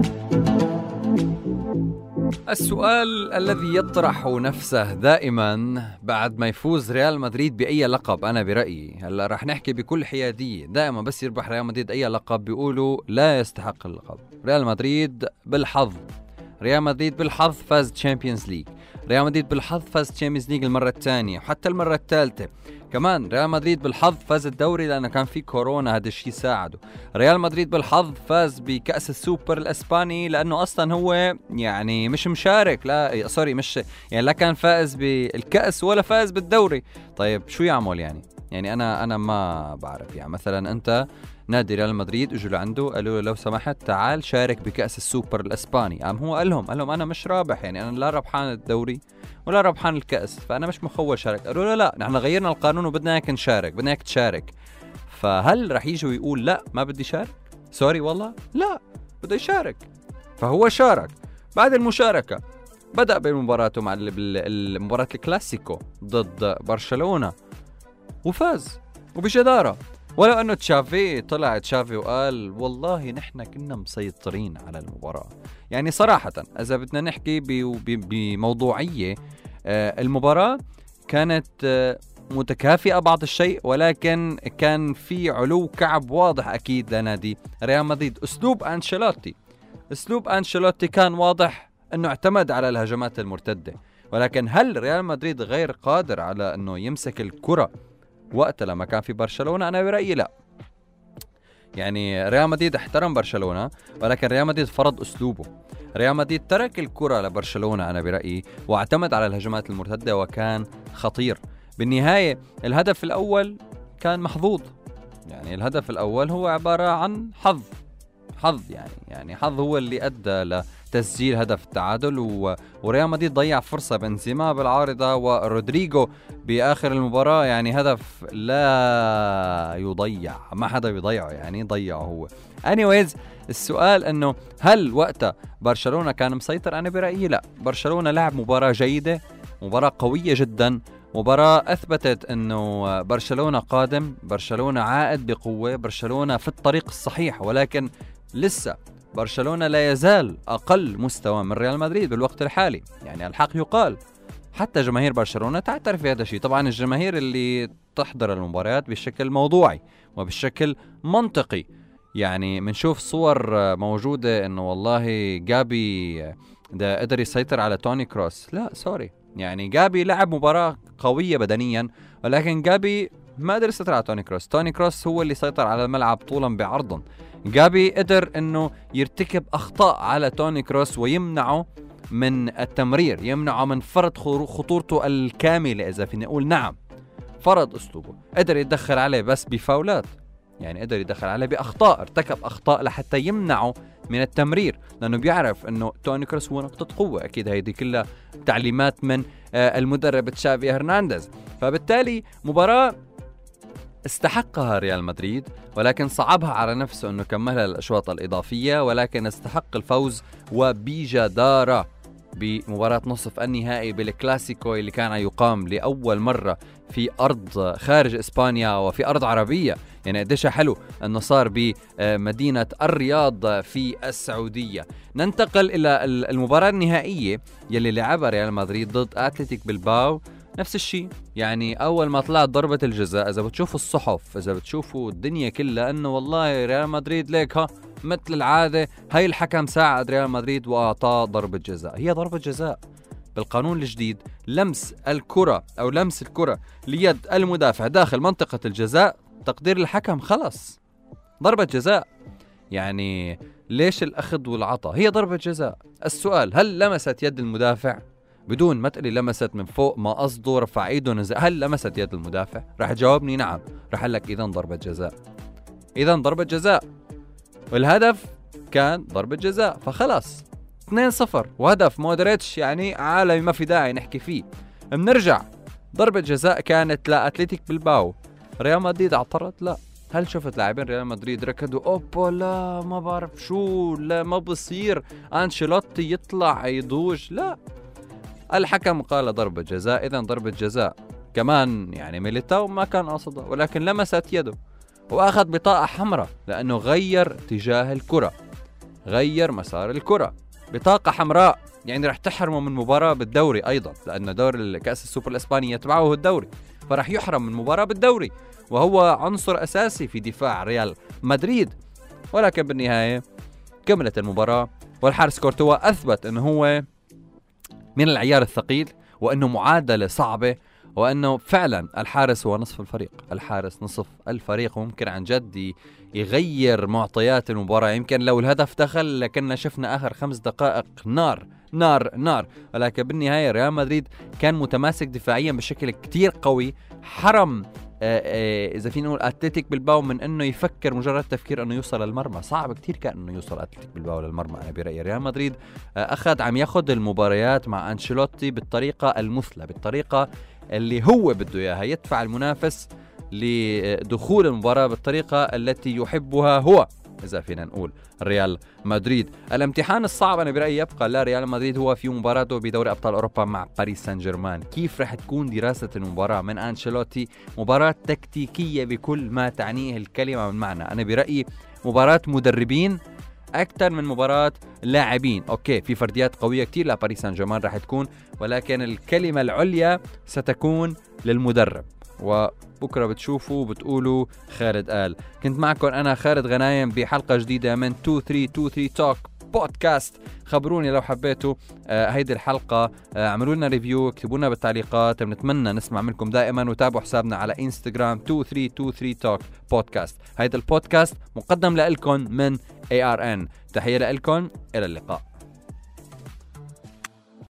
السؤال الذي يطرح نفسه دائما بعد ما يفوز ريال مدريد بأي لقب، أنا برأيي هلا رح نحكي بكل حيادية، دائما بس يربح ريال مدريد أي لقب بيقولوا لا يستحق اللقب. ريال مدريد بالحظ، ريال مدريد بالحظ فاز تشامبيونز ليج، ريال مدريد بالحظ فاز تشامبيونز ليج المرة الثانية وحتى المرة الثالثة. كمان ريال مدريد بالحظ فاز الدوري لأنه كان في كورونا، هذا الشيء ساعده. ريال مدريد بالحظ فاز بكأس السوبر الإسباني لأنه أصلا هو يعني مش مشارك، لا سوري مش يعني لا كان فائز بالكأس ولا فائز بالدوري. طيب شو يعمل يعني أنا ما بعرف. يعني مثلا أنت نادي ريال مدريد اجوا لعنده قالوا له لو سمحت تعال شارك بكأس السوبر الإسباني، هو قال لهم أنا مش رابح، يعني أنا لا ربحان الدوري ولا ربحان الكأس، فأنا مش مخول شارك. قالوا له لا نحن غيرنا القانون وبدنا اياك نشارك، بدنا اياك تشارك. فهل رح يجي ويقول لا ما بدي شارك؟ سوري والله لا بده يشارك. فهو شارك. بعد المشاركة بدأ بمباراته مع المباراة الكلاسيكو ضد برشلونة وفاز وبجدارة، ولو أنه تشافي وقال والله نحن كنا مسيطرين على المباراة. يعني صراحة إذا بدنا نحكي بموضوعية، المباراة كانت متكافئة بعض الشيء، ولكن كان في علو كعب واضح أكيد لنادي ريال مدريد. أسلوب أنشيلوتي كان واضح أنه اعتمد على الهجمات المرتدة، ولكن هل ريال مدريد غير قادر على أنه يمسك الكرة وقت لما كان في برشلونة؟ أنا برأيي لا. يعني ريال مدريد احترم برشلونة، ولكن ريال مدريد فرض أسلوبه. ريال مدريد ترك الكرة لبرشلونة أنا برأيي واعتمد على الهجمات المرتدة وكان خطير. بالنهاية الهدف الأول كان محظوظ، يعني الهدف الأول هو عبارة عن حظ يعني حظ هو اللي أدى لتسجيل هدف التعادل. وريال مدريد ضيع فرصة بنزيما بالعارضة ورودريغو بآخر المباراة، يعني هدف لا يضيع، ما حدا يضيعه، يعني ضيعه هو. anyways السؤال انه هل وقتها برشلونة كان مسيطر؟ انا برأيي لا. برشلونة لعب مباراة جيدة، مباراة قوية جدا، مباراة أثبتت أنه برشلونة قادم، برشلونة عائد بقوة، برشلونة في الطريق الصحيح، ولكن لسه برشلونة لا يزال أقل مستوى من ريال مدريد بالوقت الحالي. يعني الحق يقال، حتى جماهير برشلونة تعترف بهذا الشيء. طبعا الجماهير اللي تحضر المباريات بشكل موضوعي وبشكل منطقي، يعني منشوف صور موجودة أنه والله جابي ده قدر يسيطر على توني كروس. لا سوري، يعني جابي لعب مباراة قوية بدنيا، ولكن جابي ما قدر يسيطر على توني كروس. توني كروس هو اللي سيطر على الملعب طولا بعرضا. جابي قدر انه يرتكب اخطاء على توني كروس ويمنعه من التمرير، يمنعه من فرض خطورته الكاملة، اذا فينا نقول. نعم فرض اسلوبه، قدر يتدخل عليه بس بفاولات، يعني قدر يدخل عليه بأخطاء، ارتكب أخطاء لحتى يمنعه من التمرير، لأنه بيعرف أنه توني كروس هو نقطة قوة. أكيد هيدي كلها تعليمات من المدرب تشافي هرنانديز. فبالتالي مباراة استحقها ريال مدريد، ولكن صعبها على نفسه أنه كملها الأشواط الإضافية، ولكن استحق الفوز وبجدارة بمباراة نصف النهائي بالكلاسيكو اللي كان يقام لأول مرة في أرض خارج إسبانيا وفي أرض عربية. يعني قديش حلو أنه صار بمدينة الرياض في السعودية. ننتقل إلى المباراة النهائية يلي لعبها ريال مدريد ضد أتلتيك بلباو. نفس الشيء، يعني أول ما طلعت ضربة الجزاء، إذا بتشوفوا الصحف، إذا بتشوفوا الدنيا كلها، أنه والله ريال مدريد ليك مثل العادة هاي الحكم ساعد ريال مدريد وأعطاه ضربة جزاء. هي ضربة جزاء بالقانون الجديد، لمس الكرة أو لمس الكرة ليد المدافع داخل منطقة الجزاء، تقدير الحكم خلص ضربة جزاء. يعني ليش الأخذ والعطاء؟ هي ضربة جزاء. السؤال هل لمست يد المدافع؟ بدون ما تقلي لمست من فوق ما قصده رفع ايده نزل، هل لمست يد المدافع؟ راح تجاوبني نعم، راح اقول لك اذا ضربة جزاء، اذا ضربة جزاء، والهدف كان ضربة جزاء، فخلص 2-0 وهدف مودريتش، يعني عالمي ما في داعي نحكي فيه. بنرجع، ضربة جزاء كانت لأتلتيك بلباو. ريال مدريد اعترض؟ لا. هل شفت لاعبين ريال مدريد ركضوا اوبا لا ما بعرف شو، لا ما بصير أنشيلوتي يطلع يضوج؟ لا، الحكم قال ضربة جزاء، إذن ضربة جزاء. كمان يعني ميليتاو ما كان قصده، ولكن لمست يده وأخذ بطاقة حمراء لأنه غير اتجاه الكرة. غير مسار الكرة. بطاقة حمراء، يعني رح تحرمه من مباراة بالدوري أيضا، لأن دور الكأس السوبر الإسباني يتبعه الدوري، فرح يحرم من مباراة بالدوري، وهو عنصر أساسي في دفاع ريال مدريد. ولكن بالنهاية كملت المباراة، والحارس كورتوا أثبت أنه هو من العيار الثقيل، وأنه معادلة صعبة، وأنه فعلا الحارس هو نصف الفريق. الحارس نصف الفريق، وممكن عن جد يغير معطيات المباراة. يمكن لو الهدف دخل لكنا شفنا آخر 5 دقائق نار نار نار، ولكن بالنهاية ريال مدريد كان متماسك دفاعيا بشكل كتير قوي، حرم إذا فينا نقول أتلتيك بلباو من أنه يفكر مجرد تفكير أنه يوصل للمرمى. صعب كتير كان أنه يوصل أتلتيك بلباو للمرمى. أنا برأيي ريال مدريد عم ياخد المباريات مع أنشيلوتي بالطريقة المثلى، بالطريقة اللي هو بده إياها، يدفع المنافس لدخول المباراة بالطريقة التي يحبها هو، إذا فينا نقول ريال مدريد. الامتحان الصعب أنا برأيي يبقى لريال مدريد هو في مباراته بدوري أبطال أوروبا مع باريس سان جيرمان. كيف رح تكون دراسة المباراة من أنشيلوتي؟ مباراة تكتيكية بكل ما تعنيه الكلمة من معنى. أنا برأيي مباراة مدربين أكثر من مباراة لاعبين. أوكي، في فرديات قوية كتير لباريس سان جيرمان رح تكون، ولكن الكلمة العليا ستكون للمدرب. وبكرة بتشوفوا وبتقولوا خالد قال. كنت معكم أنا خالد غنايم بحلقة جديدة من 2323 توك بودكاست. خبروني لو حبيتوا هيدي الحلقة، اعملوا لنا ريفيو، اكتبوا لنا بالتعليقات، بنتمنى نسمع منكم دائما. وتابعوا حسابنا على انستغرام 2323 توك بودكاست. هيدا البودكاست مقدم لكم من ARN. تحية لكم، إلى اللقاء.